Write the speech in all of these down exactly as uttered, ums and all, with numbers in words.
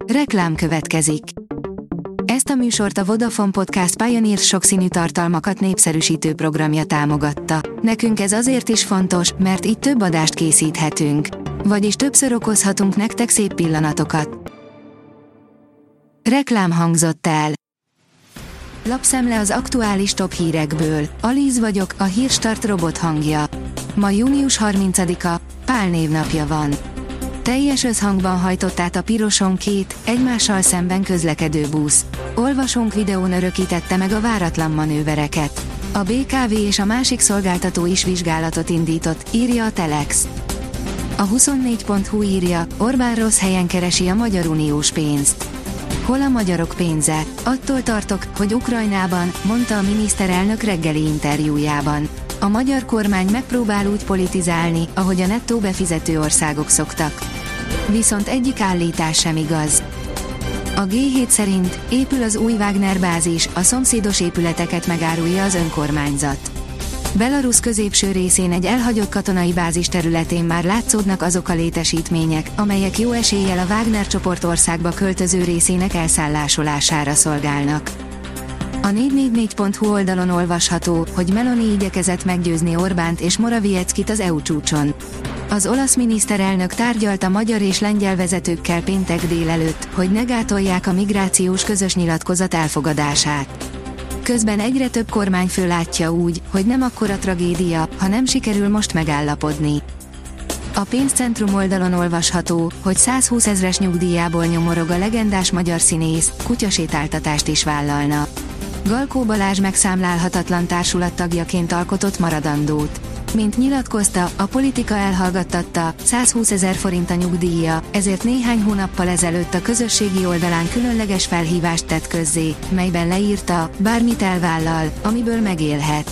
Reklám következik. Ezt a műsort a Vodafone Podcast Pioneer sokszínű tartalmakat népszerűsítő programja támogatta. Nekünk ez azért is fontos, mert így több adást készíthetünk. Vagyis többször okozhatunk nektek szép pillanatokat. Reklám hangzott el. Lapszemle az aktuális top hírekből. Alíz vagyok, a Hírstart robot hangja. Ma június harmincadika, Pál névnapja van. Teljes összhangban hajtott át a piroson két, egymással szemben közlekedő busz. Olvasónk videón örökítette meg a váratlan manővereket. A bé ká vé és a másik szolgáltató is vizsgálatot indított, írja a Telex. A huszonnégy pont hu írja, Orbán rossz helyen keresi a magyar uniós pénzt. Hol a magyarok pénze? Attól tartok, hogy Ukrajnában, mondta a miniszterelnök reggeli interjújában. A magyar kormány megpróbál úgy politizálni, ahogy a nettó befizető országok szoktak. Viszont egyik állítás sem igaz. A gé hét szerint épül az új Wagner bázis, a szomszédos épületeket megárulja az önkormányzat. Belarusz középső részén egy elhagyott katonai bázis területén már látszódnak azok a létesítmények, amelyek jó eséllyel a Wagner csoport országba költöző részének elszállásolására szolgálnak. A négy négy négy pont hu oldalon olvasható, hogy Meloni igyekezett meggyőzni Orbánt és Morawieckit az é u csúcson. Az olasz miniszterelnök tárgyalt a magyar és lengyel vezetőkkel péntek délelőtt, hogy ne gátolják a migrációs közös nyilatkozat elfogadását. Közben egyre több kormányfő látja úgy, hogy nem akkora tragédia, ha nem sikerül most megállapodni. A pénzcentrum oldalon olvasható, hogy százhúszezres nyugdíjából nyomorog a legendás magyar színész, kutyasétáltatást is vállalna. Galkó Balázs megszámlálhatatlan társulat tagjaként alkotott maradandót. Mint nyilatkozta, a politika elhallgattatta, százhúszezer forint a nyugdíja, ezért néhány hónappal ezelőtt a közösségi oldalán különleges felhívást tett közzé, melyben leírta, bármit elvállal, amiből megélhet.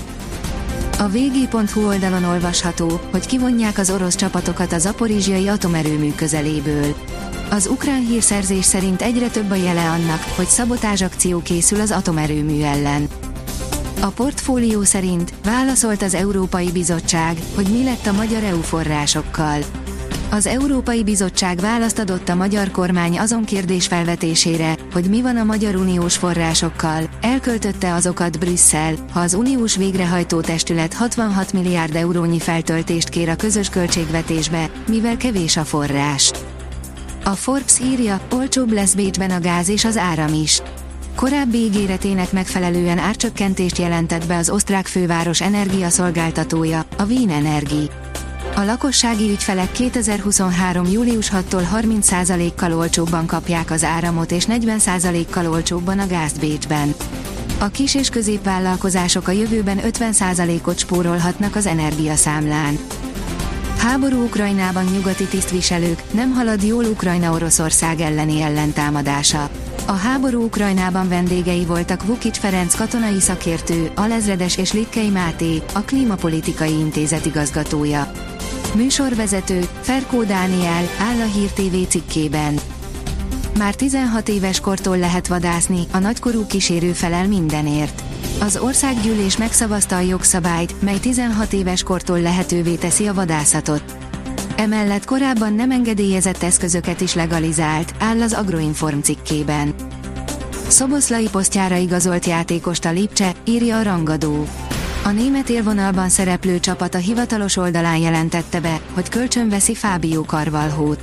A vé gé pont hu oldalon olvasható, hogy kivonják az orosz csapatokat a zaporizsjai atomerőmű közeléből. Az ukrán hírszerzés szerint egyre több a jele annak, hogy szabotázsakció készül az atomerőmű ellen. A portfólió szerint válaszolt az Európai Bizottság, hogy mi lett a magyar é u forrásokkal. Az Európai Bizottság választ adott a magyar kormány azon kérdés felvetésére, hogy mi van a magyar uniós forrásokkal, elköltötte azokat Brüsszel, ha az uniós végrehajtó testület hatvanhat milliárd eurónyi feltöltést kér a közös költségvetésbe, mivel kevés a forrás. A Forbes írja, olcsóbb lesz Bécsben a gáz és az áram is. Korábbi ígéretének megfelelően árcsökkentést jelentett be az osztrák főváros energiaszolgáltatója, a Wien Energie. A lakossági ügyfelek kétezer-huszonhárom július hatodikától harminc százalékkal olcsóbban kapják az áramot és negyven százalékkal olcsóbban a gázt Bécsben. A kis- és középvállalkozások a jövőben ötven százalékot spórolhatnak az energiaszámlán. Háború Ukrajnában, nyugati tisztviselők, nem halad jól Ukrajna-Oroszország elleni ellentámadása. A háború Ukrajnában vendégei voltak Vukics Ferenc katonai szakértő, alezredes és Litkei Máté, a Klímapolitikai Intézet igazgatója. Műsorvezető, Ferkó Dániel, áll a Hír té vé cikkében. Már tizenhat éves kortól lehet vadászni, a nagykorú kísérő felel mindenért. Az országgyűlés megszavazta a jogszabályt, mely tizenhat éves kortól lehetővé teszi a vadászatot. Emellett korábban nem engedélyezett eszközöket is legalizált, áll az Agroinform cikkében. Szoboszlai posztjára igazolt játékost a Lipcse, írja a Rangadó. A német élvonalban szereplő csapat a hivatalos oldalán jelentette be, hogy kölcsönveszi Fábio Carvalhót.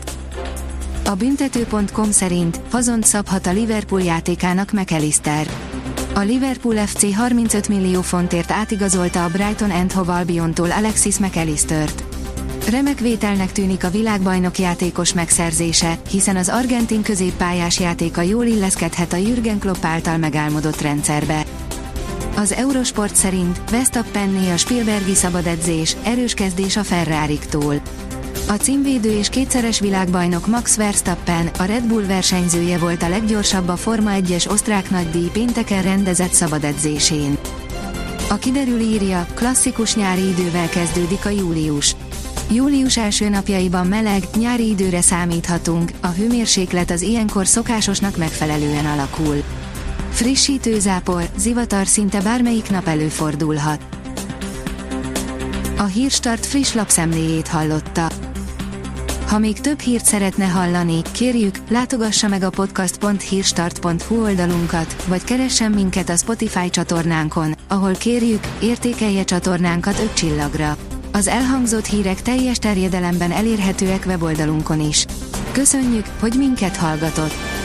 A büntető pont com szerint fazont szabhat a Liverpool játékának McAllister. A Liverpool ef cé harmincöt millió fontért átigazolta a Brighton and Hove Albiontól Alexis McAllistert. Remek vételnek tűnik a világbajnok játékos megszerzése, hiszen az argentin középpályás játéka jól illeszkedhet a Jürgen Klopp által megálmodott rendszerbe. Az Eurosport szerint Verstappenné a Spielbergi szabadedzés, erős kezdés a Ferrariktól. A címvédő és kétszeres világbajnok Max Verstappen, a Red Bull versenyzője volt a leggyorsabb a Forma egyes osztrák nagydíj pénteken rendezett szabadedzésén. A Kiderül írja, klasszikus nyári idővel kezdődik a július. Július első napjaiban meleg, nyári időre számíthatunk, a hőmérséklet az ilyenkor szokásosnak megfelelően alakul. Frissítő zápor, zivatar szinte bármelyik nap előfordulhat. A Hírstart friss lapszemléjét hallotta. Ha még több hírt szeretne hallani, kérjük, látogassa meg a podcast pont hírstart pont hu oldalunkat, vagy keressen minket a Spotify csatornánkon, ahol kérjük, értékelje csatornánkat öt csillagra. Az elhangzott hírek teljes terjedelemben elérhetőek weboldalunkon is. Köszönjük, hogy minket hallgatott!